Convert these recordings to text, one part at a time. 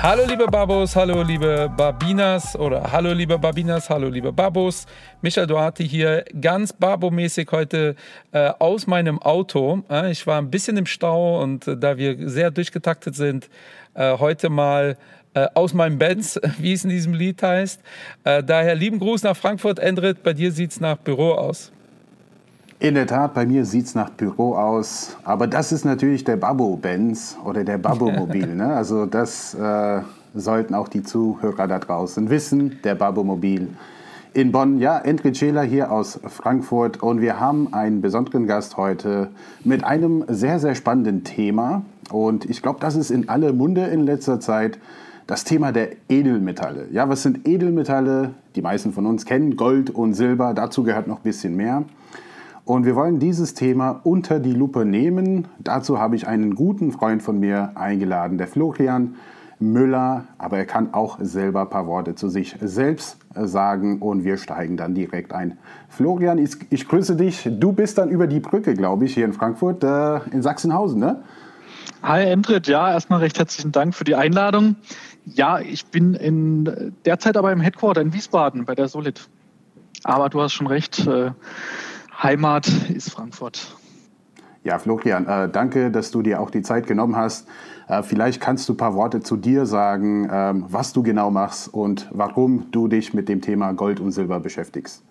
Hallo liebe Babos, hallo liebe Babinas oder hallo liebe Babinas, hallo liebe Babos. Michael Duarte hier, ganz Babo-mäßig heute aus meinem Auto. Ich war ein bisschen im Stau und da wir sehr durchgetaktet sind, heute mal aus meinem Benz, wie es in diesem Lied heißt. Daher lieben Gruß nach Frankfurt. Endrit, bei dir sieht es nach Büro aus. In der Tat, bei mir sieht es nach Büro aus, aber das ist natürlich der Babbo-Benz oder der Babbo-Mobil. Ne? Also das sollten auch die Zuhörer da draußen wissen, der Babbo-Mobil in Bonn. Ja, Endrit Scheler hier aus Frankfurt und wir haben einen besonderen Gast heute mit einem sehr, sehr spannenden Thema und ich glaube, das ist in aller Munde in letzter Zeit. Das Thema der Edelmetalle. Ja, was sind Edelmetalle? Die meisten von uns kennen Gold und Silber, dazu gehört noch ein bisschen mehr. Und wir wollen dieses Thema unter die Lupe nehmen. Dazu habe ich einen guten Freund von mir eingeladen, der Florian Müller. Aber er kann auch selber ein paar Worte zu sich selbst sagen und wir steigen dann direkt ein. Florian, ich grüße dich. Du bist dann über die Brücke, glaube ich, hier in Frankfurt, in Sachsenhausen, ne? Hi Endrit, ja, erstmal recht herzlichen Dank für die Einladung. Ja, ich bin derzeit aber im Headquarter in Wiesbaden bei der Solid. Aber du hast schon recht, Heimat ist Frankfurt. Ja, Florian, danke, dass du dir auch die Zeit genommen hast. Vielleicht kannst du ein paar Worte zu dir sagen, was du genau machst und warum du dich mit dem Thema Gold und Silber beschäftigst.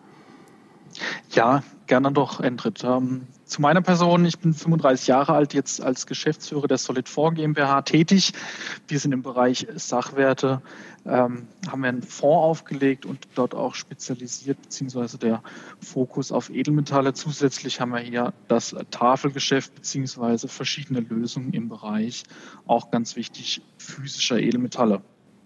Ja, gerne doch, Endrit. Zu meiner Person, ich bin 35 Jahre alt, jetzt als Geschäftsführer der Solid4 GmbH tätig. Wir sind im Bereich Sachwerte, haben wir einen Fonds aufgelegt und dort auch spezialisiert, beziehungsweise der Fokus auf Edelmetalle. Zusätzlich haben wir hier das Tafelgeschäft, beziehungsweise verschiedene Lösungen im Bereich, auch ganz wichtig, physischer Edelmetalle.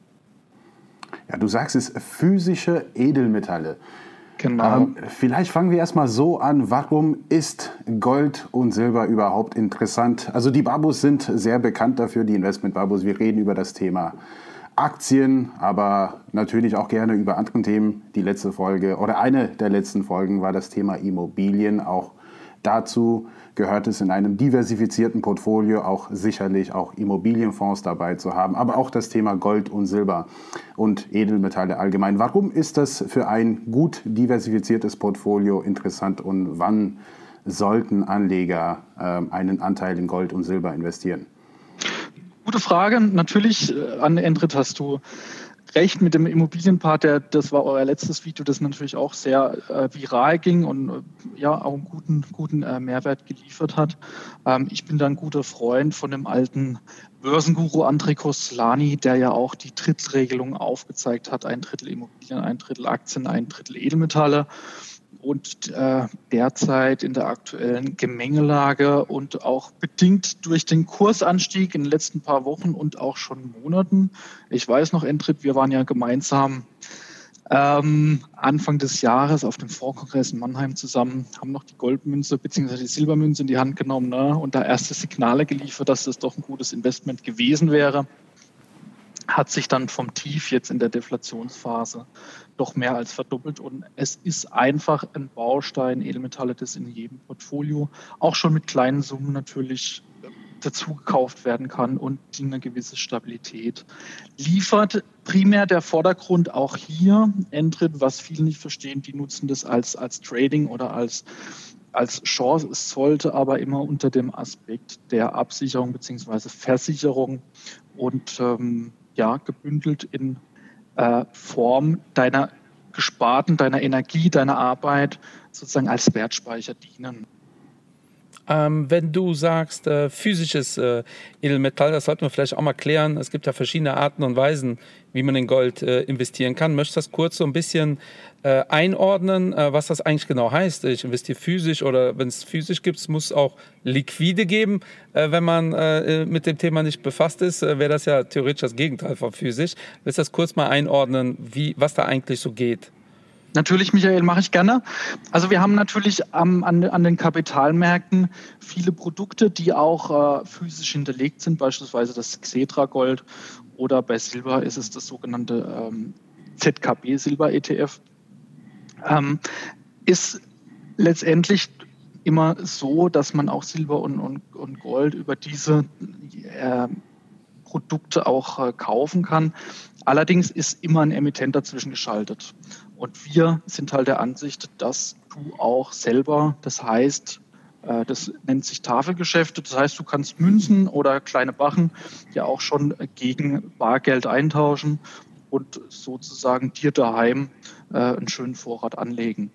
Ja, du sagst es, physische Edelmetalle. Genau. Vielleicht fangen wir erstmal so an, warum ist Gold und Silber überhaupt interessant? Also die Babos sind sehr bekannt dafür, die Investment-Babos. Wir reden über das Thema Aktien, aber natürlich auch gerne über andere Themen. Die letzte Folge oder eine der letzten Folgen war das Thema Immobilien. Auch dazu gehört es in einem diversifizierten Portfolio auch sicherlich auch Immobilienfonds dabei zu haben, aber auch das Thema Gold und Silber und Edelmetalle allgemein. Warum ist das für ein gut diversifiziertes Portfolio interessant und wann sollten Anleger einen Anteil in Gold und Silber investieren? Gute Frage. Natürlich, an Endrit hast du recht mit dem Immobilienpart, das war euer letztes Video, das natürlich auch sehr viral ging und ja auch einen guten Mehrwert geliefert hat. Ich bin da ein guter Freund von dem alten Börsenguru André Kostolany, der ja auch die Drittelregelung aufgezeigt hat, 1/3 Immobilien, 1/3 Aktien, 1/3 Edelmetalle. Und derzeit in der aktuellen Gemengelage und auch bedingt durch den Kursanstieg in den letzten paar Wochen und auch schon Monaten. Ich weiß noch, Endrit, wir waren ja gemeinsam Anfang des Jahres auf dem Fondskongress in Mannheim zusammen, haben noch die Goldmünze bzw. die Silbermünze in die Hand genommen, ne, und da erste Signale geliefert, dass das doch ein gutes Investment gewesen wäre. Hat sich dann vom Tief jetzt in der Deflationsphase doch mehr als verdoppelt und es ist einfach ein Baustein, Edelmetalle, das in jedem Portfolio auch schon mit kleinen Summen natürlich dazu gekauft werden kann und die eine gewisse Stabilität liefert. Primär der Vordergrund auch hier, Endrit, was viele nicht verstehen, die nutzen das als Trading oder als Chance. Es sollte aber immer unter dem Aspekt der Absicherung bzw. Versicherung und gebündelt in Form deiner Gesparten, deiner Energie, deiner Arbeit sozusagen als Wertspeicher dienen. Wenn du sagst, physisches Edelmetall, das sollten wir vielleicht auch mal klären. Es gibt ja verschiedene Arten und Weisen, wie man in Gold investieren kann. Möchtest du das kurz so ein bisschen einordnen, was das eigentlich genau heißt? Ich investiere physisch oder wenn es physisch gibt, muss es auch liquide geben. Wenn man mit dem Thema nicht befasst ist, wäre das ja theoretisch das Gegenteil von physisch. Willst du das kurz mal einordnen, was da eigentlich so geht? Natürlich, Michael, mache ich gerne. Also wir haben natürlich an den Kapitalmärkten viele Produkte, die auch physisch hinterlegt sind, beispielsweise das Xetra Gold oder bei Silber ist es das sogenannte ZKB Silber ETF. Ist letztendlich immer so, dass man auch Silber und Gold über diese Produkte auch kaufen kann. Allerdings ist immer ein Emittent dazwischen geschaltet. Und wir sind halt der Ansicht, dass du auch selber, das heißt, das nennt sich Tafelgeschäfte, das heißt, du kannst Münzen oder kleine Barren ja auch schon gegen Bargeld eintauschen und sozusagen dir daheim einen schönen Vorrat anlegen.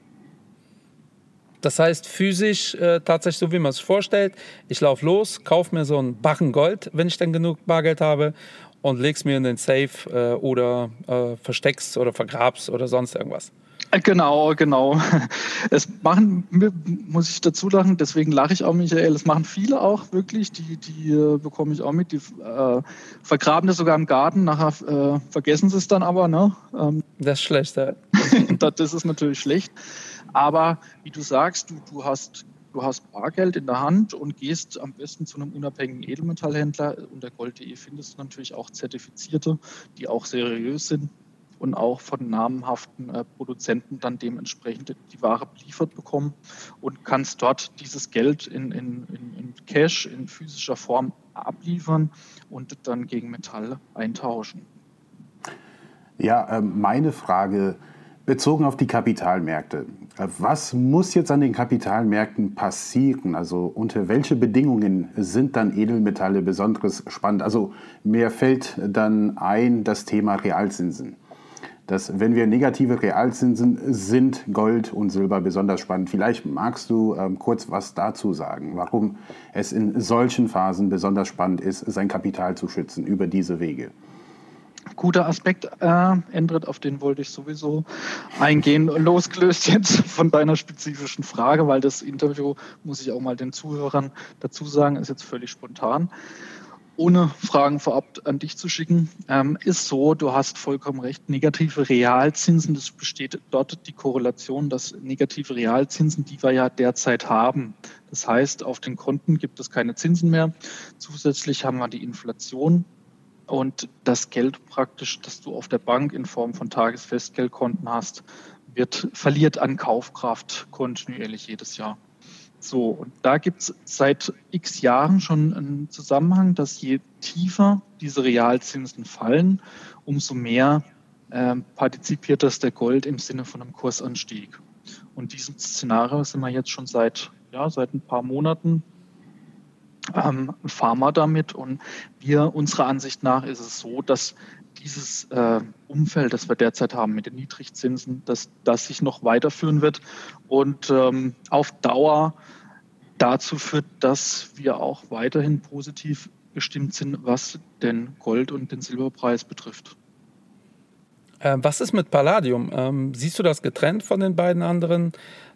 Das heißt physisch tatsächlich so, wie man es vorstellt. Ich laufe los, kaufe mir so einen Barren Gold, wenn ich dann genug Bargeld habe, und leg's mir in den Safe oder versteck's oder vergrab's oder sonst irgendwas. Genau. Es machen, muss ich dazu lachen, deswegen lache ich auch, Michael, es machen viele auch wirklich, die bekomme ich auch mit, die vergraben das sogar im Garten, nachher vergessen sie es dann aber, ne? Das ist schlecht, ja. Das ist natürlich schlecht, aber wie du sagst, du hast Bargeld in der Hand und gehst am besten zu einem unabhängigen Edelmetallhändler. Unter gold.de findest du natürlich auch Zertifizierte, die auch seriös sind und auch von namhaften Produzenten dann dementsprechend die Ware beliefert bekommen und kannst dort dieses Geld in Cash, in physischer Form abliefern und dann gegen Metall eintauschen. Ja, meine Frage bezogen auf die Kapitalmärkte. Was muss jetzt an den Kapitalmärkten passieren? Also unter welche Bedingungen sind dann Edelmetalle besonders spannend? Also mir fällt dann ein das Thema Realzinsen. Dass, wenn wir negative Realzinsen sind, Gold und Silber besonders spannend. Vielleicht magst du kurz was dazu sagen, warum es in solchen Phasen besonders spannend ist, sein Kapital zu schützen über diese Wege. Guter Aspekt, Endrit, auf den wollte ich sowieso eingehen, losgelöst jetzt von deiner spezifischen Frage, weil das Interview, muss ich auch mal den Zuhörern dazu sagen, ist jetzt völlig spontan. Ohne Fragen vorab an dich zu schicken, ist so, du hast vollkommen recht, negative Realzinsen, das besteht dort die Korrelation, dass negative Realzinsen, die wir ja derzeit haben, das heißt, auf den Konten gibt es keine Zinsen mehr, zusätzlich haben wir die Inflation und das Geld praktisch, das du auf der Bank in Form von Tagesfestgeldkonten hast, verliert an Kaufkraft kontinuierlich jedes Jahr. So, und da gibt es seit x Jahren schon einen Zusammenhang, dass je tiefer diese Realzinsen fallen, umso mehr partizipiert das der Gold im Sinne von einem Kursanstieg. Und diesem Szenario sind wir jetzt schon seit ein paar Monaten fahren wir damit. Und unserer Ansicht nach ist es so, dass dieses Umfeld, das wir derzeit haben mit den Niedrigzinsen, dass das sich noch weiterführen wird und auf Dauer dazu führt, dass wir auch weiterhin positiv gestimmt sind, was den Gold- und den Silberpreis betrifft. Was ist mit Palladium? Siehst du das getrennt von den beiden anderen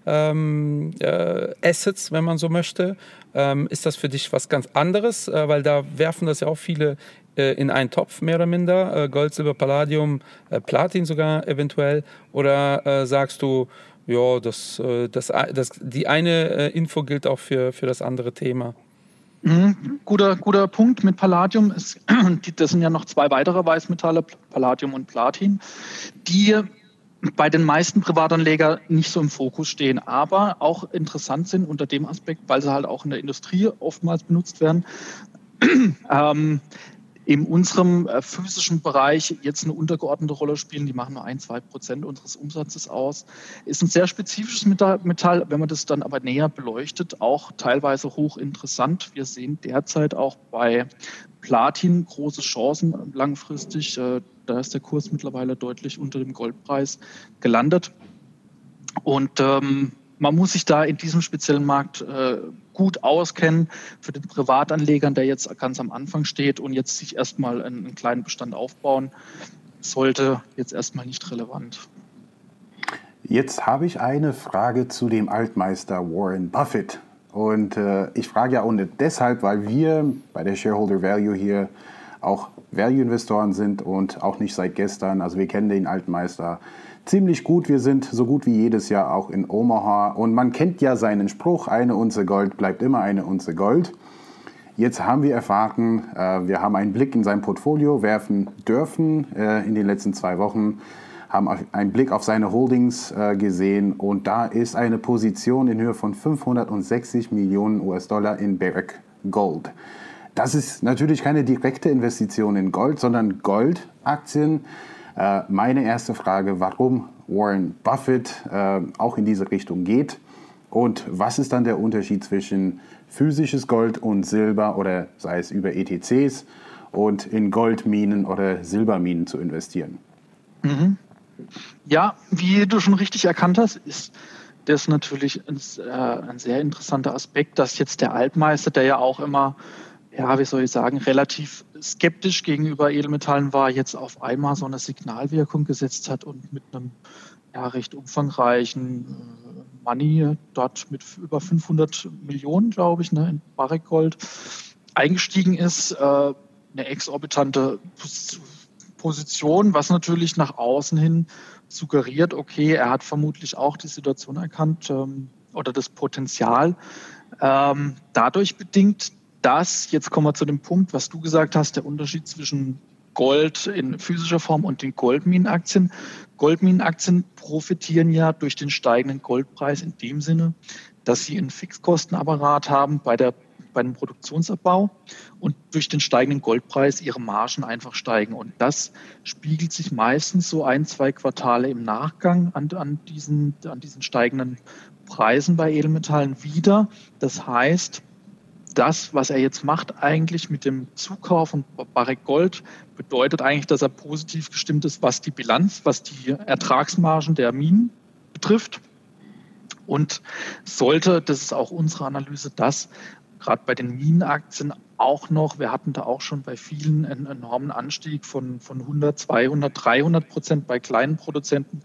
Assets, wenn man so möchte? Ist das für dich was ganz anderes? Weil da werfen das ja auch viele in einen Topf, mehr oder minder. Gold, Silber, Palladium, Platin sogar eventuell. Oder sagst du, ja, die eine Info gilt auch für das andere Thema? Guter Punkt mit Palladium. Das sind ja noch zwei weitere Weißmetalle, Palladium und Platin, die bei den meisten Privatanlegern nicht so im Fokus stehen, aber auch interessant sind unter dem Aspekt, weil sie halt auch in der Industrie oftmals benutzt werden. In unserem physischen Bereich jetzt eine untergeordnete Rolle spielen, die machen nur 1-2% unseres Umsatzes aus. Ist ein sehr spezifisches Metall, wenn man das dann aber näher beleuchtet, auch teilweise hochinteressant. Wir sehen derzeit auch bei Platin große Chancen langfristig. Da ist der Kurs mittlerweile deutlich unter dem Goldpreis gelandet. Und man muss sich da in diesem speziellen Markt gut auskennen. Für den Privatanlegern, der jetzt ganz am Anfang steht und jetzt sich erstmal einen kleinen Bestand aufbauen, sollte jetzt erstmal nicht relevant. Jetzt habe ich eine Frage zu dem Altmeister Warren Buffett. Und ich frage ja auch nicht deshalb, weil wir bei der Shareholder Value hier auch Value-Investoren sind und auch nicht seit gestern. Also wir kennen den Altmeister ziemlich gut. Wir sind so gut wie jedes Jahr auch in Omaha. Und man kennt ja seinen Spruch, eine Unze Gold bleibt immer eine Unze Gold. Jetzt haben wir erfahren, wir haben einen Blick in sein Portfolio werfen dürfen in den letzten 2 Wochen, haben einen Blick auf seine Holdings gesehen und da ist eine Position in Höhe von 560 Millionen US-Dollar in Barrick Gold. Das ist natürlich keine direkte Investition in Gold, sondern Goldaktien. Meine erste Frage, warum Warren Buffett auch in diese Richtung geht und was ist dann der Unterschied zwischen physisches Gold und Silber oder sei es über ETCs und in Goldminen oder Silberminen zu investieren? Ja, wie du schon richtig erkannt hast, ist das natürlich ein sehr interessanter Aspekt, dass jetzt der Altmeister, der ja auch immer, ja, wie soll ich sagen, relativ skeptisch gegenüber Edelmetallen war, jetzt auf einmal so eine Signalwirkung gesetzt hat und mit einem recht umfangreichen Money dort mit über 500 Millionen, glaube ich, in Barrick Gold eingestiegen ist. Eine exorbitante Position, was natürlich nach außen hin suggeriert, okay, er hat vermutlich auch die Situation erkannt oder das Potenzial. Dadurch bedingt, dass, jetzt kommen wir zu dem Punkt, was du gesagt hast, der Unterschied zwischen Gold in physischer Form und den Goldminenaktien. Goldminenaktien profitieren ja durch den steigenden Goldpreis in dem Sinne, dass sie einen Fixkostenapparat haben beim Produktionsabbau und durch den steigenden Goldpreis ihre Margen einfach steigen. Und das spiegelt sich meistens so 1-2 Quartale im Nachgang an diesen steigenden Preisen bei Edelmetallen wieder. Das heißt, das, was er jetzt macht, eigentlich mit dem Zukauf von Barrick Gold, bedeutet eigentlich, dass er positiv gestimmt ist, was die Bilanz, was die Ertragsmargen der Minen betrifft. Und sollte, das ist auch unsere Analyse, dass gerade bei den Minenaktien auch noch, wir hatten da auch schon bei vielen einen enormen Anstieg von 100, 200, 300% bei kleinen Produzenten,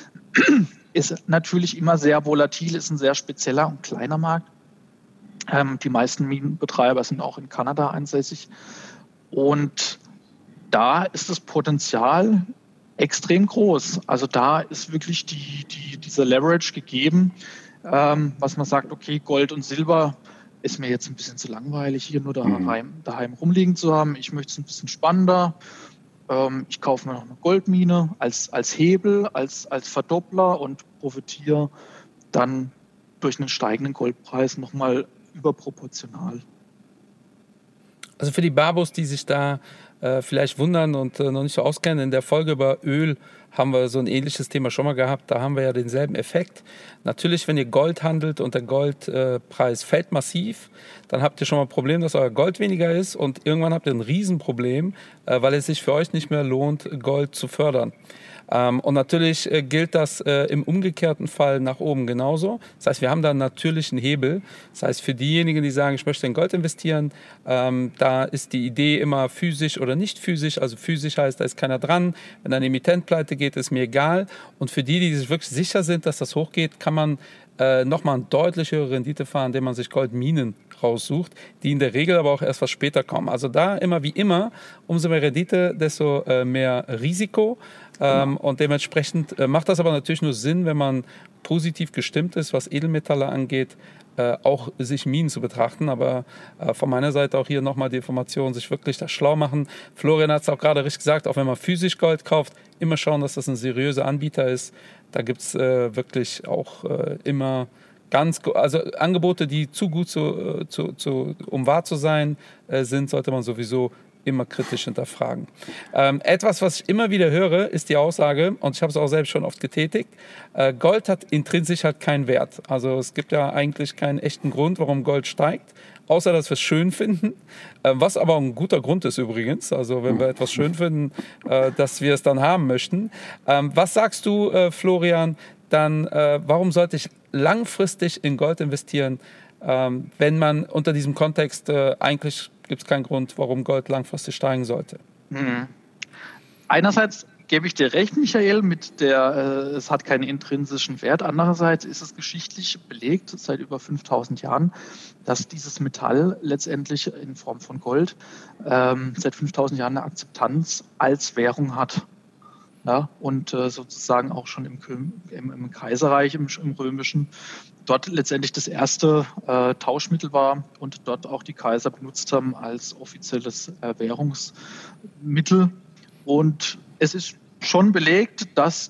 ist natürlich immer sehr volatil, ist ein sehr spezieller und kleiner Markt. Die meisten Minenbetreiber sind auch in Kanada ansässig. Und da ist das Potenzial extrem groß. Also da ist wirklich dieser Leverage gegeben, was man sagt, okay, Gold und Silber ist mir jetzt ein bisschen zu langweilig, hier nur daheim rumliegen zu haben. Ich möchte es ein bisschen spannender. Ich kaufe mir noch eine Goldmine als Hebel, als Verdoppler und profitiere dann durch einen steigenden Goldpreis nochmal überproportional. Also für die Babos, die sich da vielleicht wundern und noch nicht so auskennen, in der Folge über Öl haben wir so ein ähnliches Thema schon mal gehabt. Da haben wir ja denselben Effekt. Natürlich, wenn ihr Gold handelt und der Goldpreis fällt massiv, dann habt ihr schon mal ein Problem, dass euer Gold weniger ist und irgendwann habt ihr ein Riesenproblem, weil es sich für euch nicht mehr lohnt, Gold zu fördern. Und natürlich gilt das im umgekehrten Fall nach oben genauso. Das heißt, wir haben da einen natürlichen Hebel. Das heißt, für diejenigen, die sagen, ich möchte in Gold investieren, da ist die Idee immer physisch oder nicht physisch. Also physisch heißt, da ist keiner dran. Wenn ein Emittent pleite geht, ist mir egal. Und für die sich wirklich sicher sind, dass das hochgeht, kann man nochmal eine deutlich höhere Rendite fahren, indem man sich Goldminen raussucht, die in der Regel aber auch erst was später kommen. Also da immer wie immer, umso mehr Rendite, desto mehr Risiko. Und dementsprechend macht das aber natürlich nur Sinn, wenn man positiv gestimmt ist, was Edelmetalle angeht, auch sich Minen zu betrachten. Aber von meiner Seite auch hier nochmal die Information, sich wirklich da schlau machen. Florian hat es auch gerade richtig gesagt, auch wenn man physisch Gold kauft, immer schauen, dass das ein seriöser Anbieter ist. Da gibt es wirklich auch immer also Angebote, die zu gut um wahr zu sein sind, sollte man sowieso immer kritisch hinterfragen. Etwas, was ich immer wieder höre, ist die Aussage, und ich habe es auch selbst schon oft getätigt, Gold hat intrinsisch halt keinen Wert. Also es gibt ja eigentlich keinen echten Grund, warum Gold steigt, außer dass wir es schön finden, was aber ein guter Grund ist übrigens, also wenn wir etwas schön finden, dass wir es dann haben möchten. Was sagst du, Florian, dann warum sollte ich langfristig in Gold investieren, wenn man unter diesem Kontext eigentlich gibt es keinen Grund, warum Gold langfristig steigen sollte? Einerseits gebe ich dir recht, Michael, es hat keinen intrinsischen Wert. Andererseits ist es geschichtlich belegt, seit über 5000 Jahren, dass dieses Metall letztendlich in Form von Gold seit 5000 Jahren eine Akzeptanz als Währung hat. Ja, und sozusagen auch schon im Kaiserreich, im Römischen, dort letztendlich das erste Tauschmittel war und dort auch die Kaiser benutzt haben als offizielles Währungsmittel. Und es ist schon belegt, dass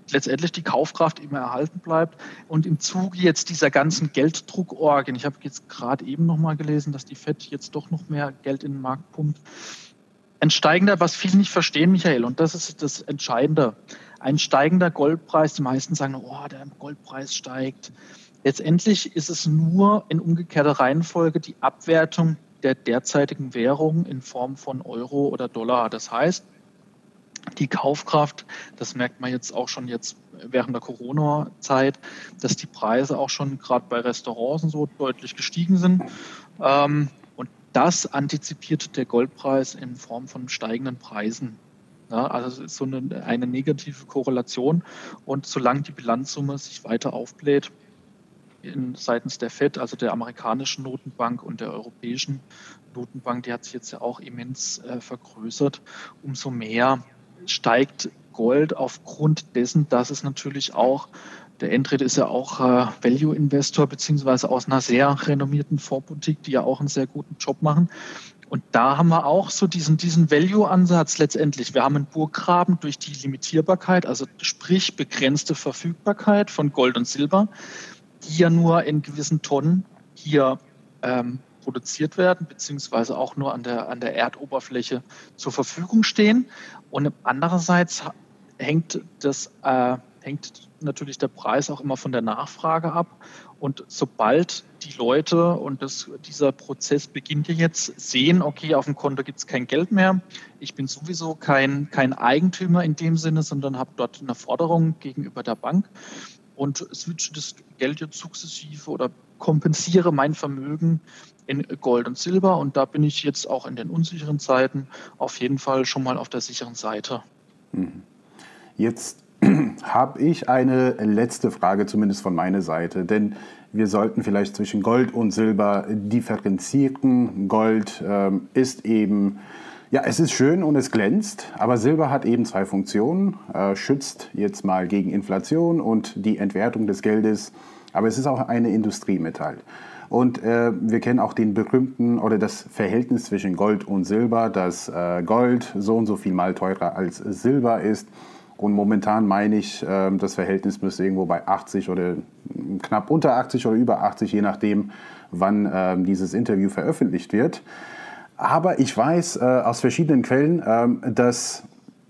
letztendlich die Kaufkraft immer erhalten bleibt. Und im Zuge jetzt dieser ganzen Gelddruckorgien, ich habe jetzt gerade eben nochmal gelesen, dass die FED jetzt doch noch mehr Geld in den Markt pumpt, ein steigender, was viele nicht verstehen, Michael, und das ist das Entscheidende, ein steigender Goldpreis, die meisten sagen, oh, der Goldpreis steigt. Letztendlich ist es nur in umgekehrter Reihenfolge die Abwertung der derzeitigen Währung in Form von Euro oder Dollar. Das heißt, die Kaufkraft, das merkt man jetzt auch schon jetzt während der Corona-Zeit, dass die Preise auch schon gerade bei Restaurants und so deutlich gestiegen sind. Und das antizipiert der Goldpreis in Form von steigenden Preisen. Ja, also es ist so eine negative Korrelation. Und solange die Bilanzsumme sich weiter aufbläht, seitens der FED, also der amerikanischen Notenbank und der europäischen Notenbank, die hat sich jetzt ja auch immens vergrößert, umso mehr steigt Gold aufgrund dessen, dass es natürlich auch, der Endrit ist ja auch Value-Investor, beziehungsweise aus einer sehr renommierten Fondsboutique, die ja auch einen sehr guten Job machen. Und da haben wir auch so diesen Value-Ansatz letztendlich. Wir haben einen Burggraben durch die Limitierbarkeit, also sprich begrenzte Verfügbarkeit von Gold und Silber, die ja nur in gewissen Tonnen hier produziert werden, beziehungsweise auch nur an der Erdoberfläche zur Verfügung stehen. Und andererseits hängt natürlich der Preis auch immer von der Nachfrage ab. Und sobald die Leute, und dieser Prozess beginnt ja jetzt, sehen, okay, auf dem Konto gibt es kein Geld mehr, ich bin sowieso kein Eigentümer in dem Sinne, sondern habe dort eine Forderung gegenüber der Bank und switche das Geld jetzt sukzessive oder kompensiere mein Vermögen in Gold und Silber. Und da bin ich jetzt auch in den unsicheren Zeiten auf jeden Fall schon mal auf der sicheren Seite. Jetzt habe ich eine letzte Frage, zumindest von meiner Seite, denn wir sollten vielleicht zwischen Gold und Silber differenzieren. Gold ist eben, ja, es ist schön und es glänzt, aber Silber hat eben zwei Funktionen, schützt jetzt mal gegen Inflation und die Entwertung des Geldes, aber es ist auch eine Industriemetall. Und wir kennen auch den berühmten oder das Verhältnis zwischen Gold und Silber, dass Gold so und so viel mal teurer als Silber ist. Und momentan meine ich, das Verhältnis müsste irgendwo bei 80 oder knapp unter 80 oder über 80, je nachdem, wann dieses Interview veröffentlicht wird. Aber ich weiß aus verschiedenen Quellen, dass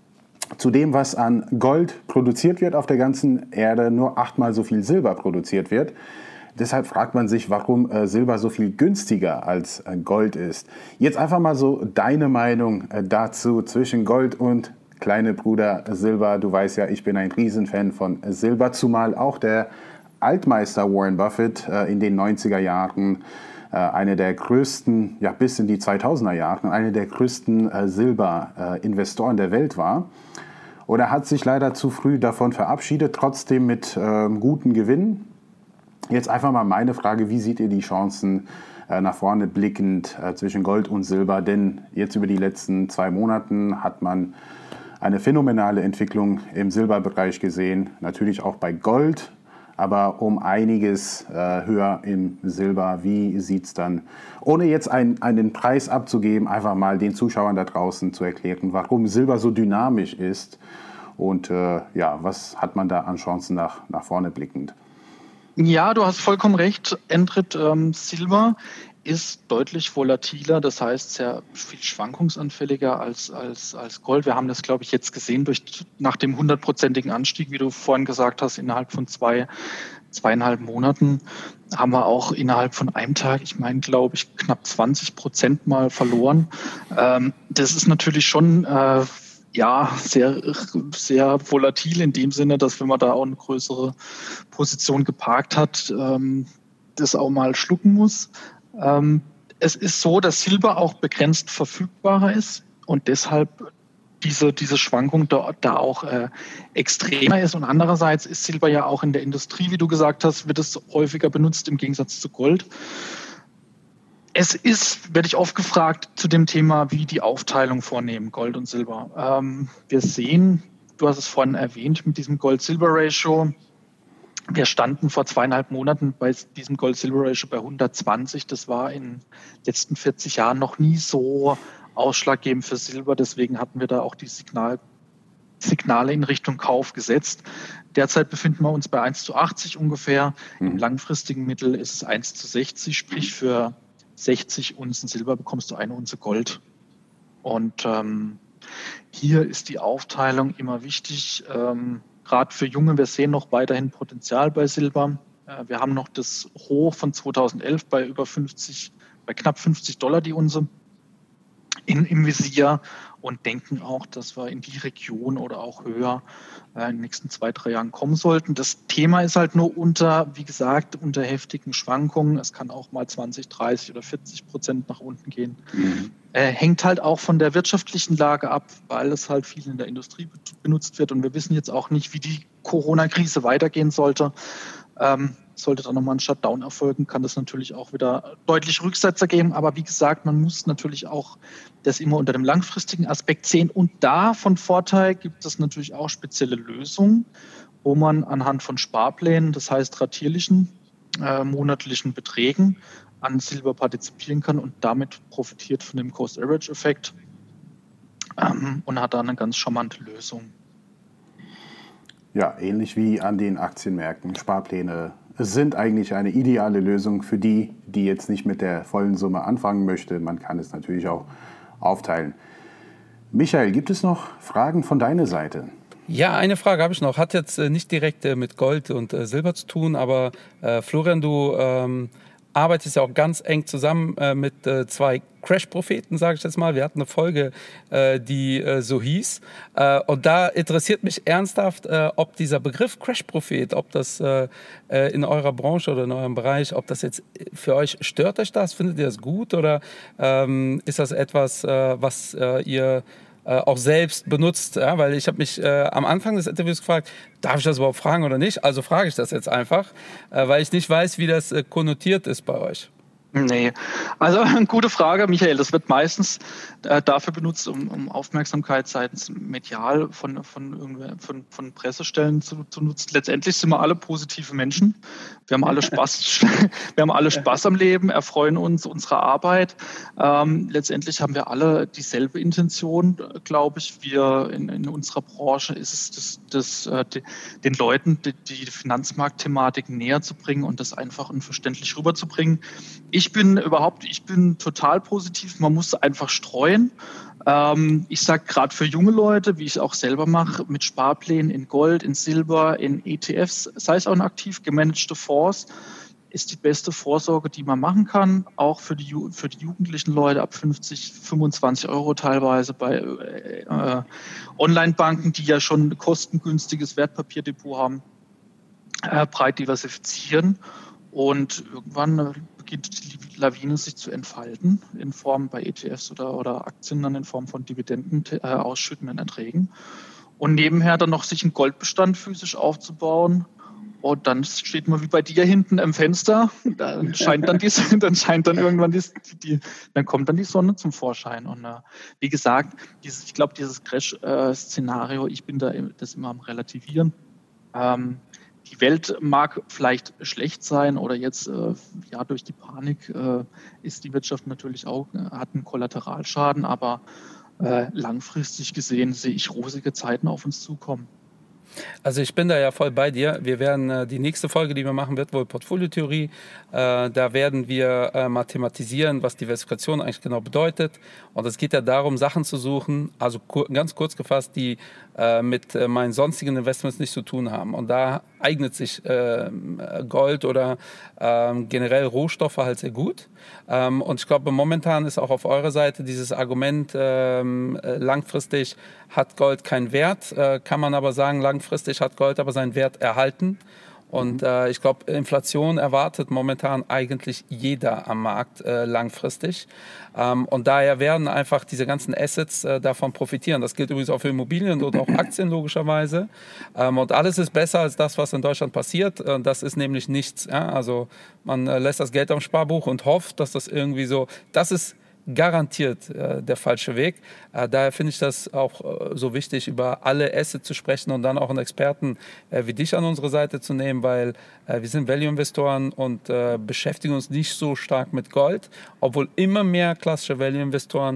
zu dem, was an Gold produziert wird auf der ganzen Erde, nur 8-mal so viel Silber produziert wird. Deshalb fragt man sich, warum Silber so viel günstiger als Gold ist. Jetzt einfach mal so deine Meinung dazu zwischen Gold und kleine Bruder Silber. Du weißt ja, ich bin ein Riesenfan von Silber, zumal auch der Altmeister Warren Buffett in den 90er Jahren einer der größten, ja bis in die 2000er Jahre, einer der größten Silberinvestoren der Welt war. Und er hat sich leider zu früh davon verabschiedet, trotzdem mit guten Gewinnen. Jetzt einfach mal meine Frage, wie seht ihr die Chancen nach vorne blickend zwischen Gold und Silber? Denn jetzt über die letzten 2 Monate hat man eine phänomenale Entwicklung im Silberbereich gesehen, natürlich auch bei Gold, aber um einiges höher im Silber. Wie sieht es dann, ohne jetzt einen Preis abzugeben, einfach mal den Zuschauern da draußen zu erklären, warum Silber so dynamisch ist und ja, was hat man da an Chancen nach vorne blickend? Ja, du hast vollkommen recht, Endrit. Silber ist deutlich volatiler, das heißt sehr viel schwankungsanfälliger als Gold. Wir haben das, glaube ich, jetzt gesehen nach dem 100%igen Anstieg, wie du vorhin gesagt hast, innerhalb von 2,5 Monaten haben wir auch innerhalb von einem Tag, ich meine, glaube ich, knapp 20% mal verloren. Das ist natürlich schon ja, sehr, sehr volatil in dem Sinne, dass wenn man da auch eine größere Position geparkt hat, das auch mal schlucken muss. Es ist so, dass Silber auch begrenzt verfügbarer ist und deshalb diese Schwankung da auch extremer ist. Und andererseits ist Silber ja auch in der Industrie, wie du gesagt hast, wird es häufiger benutzt im Gegensatz zu Gold. Werde ich oft gefragt zu dem Thema, wie die Aufteilung vornehmen, Gold und Silber. Wir sehen, du hast es vorhin erwähnt, mit diesem Gold-Silber-Ratio. Wir standen vor 2,5 Monaten bei diesem Gold-Silber-Ratio bei 120. Das war in den letzten 40 Jahren noch nie so ausschlaggebend für Silber. Deswegen hatten wir da auch die Signale in Richtung Kauf gesetzt. Derzeit befinden wir uns bei 1:80 ungefähr. Im langfristigen Mittel ist es 1:60, sprich für 60 Unzen Silber bekommst du 1 Unze Gold. Und hier ist die Aufteilung immer wichtig, gerade für Junge. Wir sehen noch weiterhin Potenzial bei Silber. Wir haben noch das Hoch von 2011 bei knapp $50 die Unze im Visier und denken auch, dass wir in die Region oder auch höher in den nächsten 2-3 Jahren kommen sollten. Das Thema ist halt nur wie gesagt, unter heftigen Schwankungen. Es kann auch mal 20, 30 oder 40% nach unten gehen. Hängt halt auch von der wirtschaftlichen Lage ab, weil es halt viel in der Industrie benutzt wird und wir wissen jetzt auch nicht, wie die Corona-Krise weitergehen sollte. Sollte da nochmal ein Shutdown erfolgen, kann das natürlich auch wieder deutlich Rücksetzer geben. Aber wie gesagt, man muss natürlich auch das immer unter dem langfristigen Aspekt sehen. Und da von Vorteil gibt es natürlich auch spezielle Lösungen, wo man anhand von Sparplänen, das heißt ratierlichen, monatlichen Beträgen an Silber partizipieren kann und damit profitiert von dem Cost-Average-Effekt und hat da eine ganz charmante Lösung. Ja, ähnlich wie an den Aktienmärkten. Sparpläne sind eigentlich eine ideale Lösung für die jetzt nicht mit der vollen Summe anfangen möchte. Man kann es natürlich auch aufteilen. Michael, gibt es noch Fragen von deiner Seite? Ja, eine Frage habe ich noch. Hat jetzt nicht direkt mit Gold und Silber zu tun, aber Florian, du arbeitest ja auch ganz eng zusammen mit 2 Crash-Propheten, sage ich jetzt mal. Wir hatten eine Folge, die so hieß. Und da interessiert mich ernsthaft, ob dieser Begriff Crash-Prophet, ob das in eurer Branche oder in eurem Bereich, ob das jetzt für euch, stört euch das? Findet ihr das gut? Oder ist das etwas, was ihr auch selbst benutzt? Ja? Weil ich habe mich am Anfang des Interviews gefragt, darf ich das überhaupt fragen oder nicht? Also frage ich das jetzt einfach, weil ich nicht weiß, wie das konnotiert ist bei euch. Nee, also gute Frage, Michael. Das wird meistens dafür benutzt, um Aufmerksamkeit seitens medial von Pressestellen zu nutzen. Letztendlich sind wir alle positive Menschen. Wir haben alle Spaß, wir haben alle Spaß am Leben, erfreuen uns unserer Arbeit. Letztendlich haben wir alle dieselbe Intention, glaube ich. Wir in unserer Branche ist es, den Leuten die Finanzmarktthematik näher zu bringen und das einfach und verständlich rüberzubringen. Ich bin total positiv. Man muss einfach streuen. Ich sage gerade für junge Leute, wie ich auch selber mache, mit Sparplänen in Gold, in Silber, in ETFs, sei es auch in aktiv gemanagte Fonds, ist die beste Vorsorge, die man machen kann. Auch für die jugendlichen Leute ab 50, 25 Euro teilweise bei Online-Banken, die ja schon ein kostengünstiges Wertpapierdepot haben, breit diversifizieren. Und irgendwann beginnt die Lawine sich zu entfalten in Form bei ETFs oder Aktien dann in Form von Dividenden ausschüttenden Erträgen. Und nebenher dann noch sich einen Goldbestand physisch aufzubauen. Und dann steht man wie bei dir hinten am Fenster. Dann kommt dann die Sonne zum Vorschein. Und wie gesagt, ich glaube, dieses Crash-Szenario, ich bin da das immer am Relativieren. Die Welt mag vielleicht schlecht sein oder jetzt durch die Panik ist die Wirtschaft natürlich auch, hat einen Kollateralschaden, aber langfristig gesehen sehe ich rosige Zeiten auf uns zukommen. Also ich bin da ja voll bei dir. Wir werden die nächste Folge, die wir machen, wird wohl Portfoliotheorie. Da werden wir mathematisieren, was Diversifikation eigentlich genau bedeutet. Und es geht ja darum, Sachen zu suchen, also ganz kurz gefasst, die mit meinen sonstigen Investments nichts zu tun haben. Und da eignet sich Gold oder generell Rohstoffe halt sehr gut. Und ich glaube, momentan ist auch auf eurer Seite dieses Argument, langfristig hat Gold keinen Wert, kann man aber sagen, langfristig hat Gold aber seinen Wert erhalten. Und ich glaube, Inflation erwartet momentan eigentlich jeder am Markt langfristig. Und daher werden einfach diese ganzen Assets davon profitieren. Das gilt übrigens auch für Immobilien und auch Aktien logischerweise. Und alles ist besser als das, was in Deutschland passiert. Das ist nämlich nichts. Ja? Also man lässt das Geld am Sparbuch und hofft, dass das irgendwie so, das ist garantiert der falsche Weg. Daher finde ich das auch so wichtig, über alle Assets zu sprechen und dann auch einen Experten wie dich an unsere Seite zu nehmen, weil wir sind Value-Investoren und beschäftigen uns nicht so stark mit Gold, obwohl immer mehr klassische Value-Investoren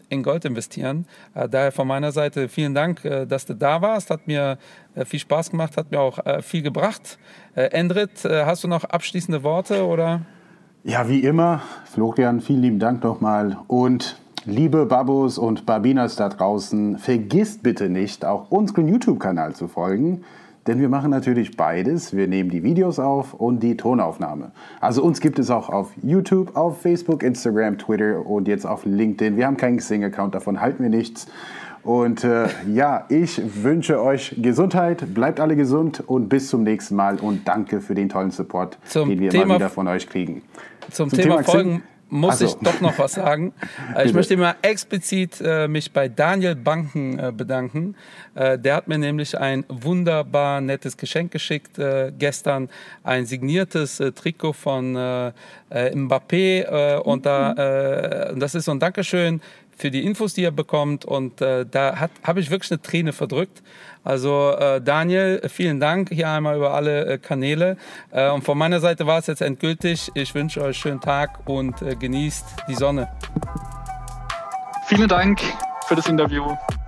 in Gold investieren. Daher von meiner Seite vielen Dank, dass du da warst. Hat mir viel Spaß gemacht, hat mir auch viel gebracht. Endrit, hast du noch abschließende Worte, oder? Ja, wie immer, Florian, vielen lieben Dank nochmal. Und liebe Babos und Babinas da draußen, vergisst bitte nicht, auch unseren YouTube-Kanal zu folgen. Denn wir machen natürlich beides. Wir nehmen die Videos auf und die Tonaufnahme. Also uns gibt es auch auf YouTube, auf Facebook, Instagram, Twitter und jetzt auf LinkedIn. Wir haben keinen Xing-Account, davon halten wir nichts. Und ja, ich wünsche euch Gesundheit, bleibt alle gesund und bis zum nächsten Mal. Und danke für den tollen Support, den wir immer wieder von euch kriegen. Zum Thema Folgen muss ich doch noch was sagen. Ich möchte mal explizit mich bei Daniel Banken bedanken. Der hat mir nämlich ein wunderbar nettes Geschenk geschickt gestern. Ein signiertes Trikot von Mbappé. Und das ist so ein Dankeschön für die Infos, die er bekommt. Und da habe ich wirklich eine Träne verdrückt. Also Daniel, vielen Dank hier einmal über alle Kanäle. Und von meiner Seite war es jetzt endgültig. Ich wünsche euch einen schönen Tag und genießt die Sonne. Vielen Dank für das Interview.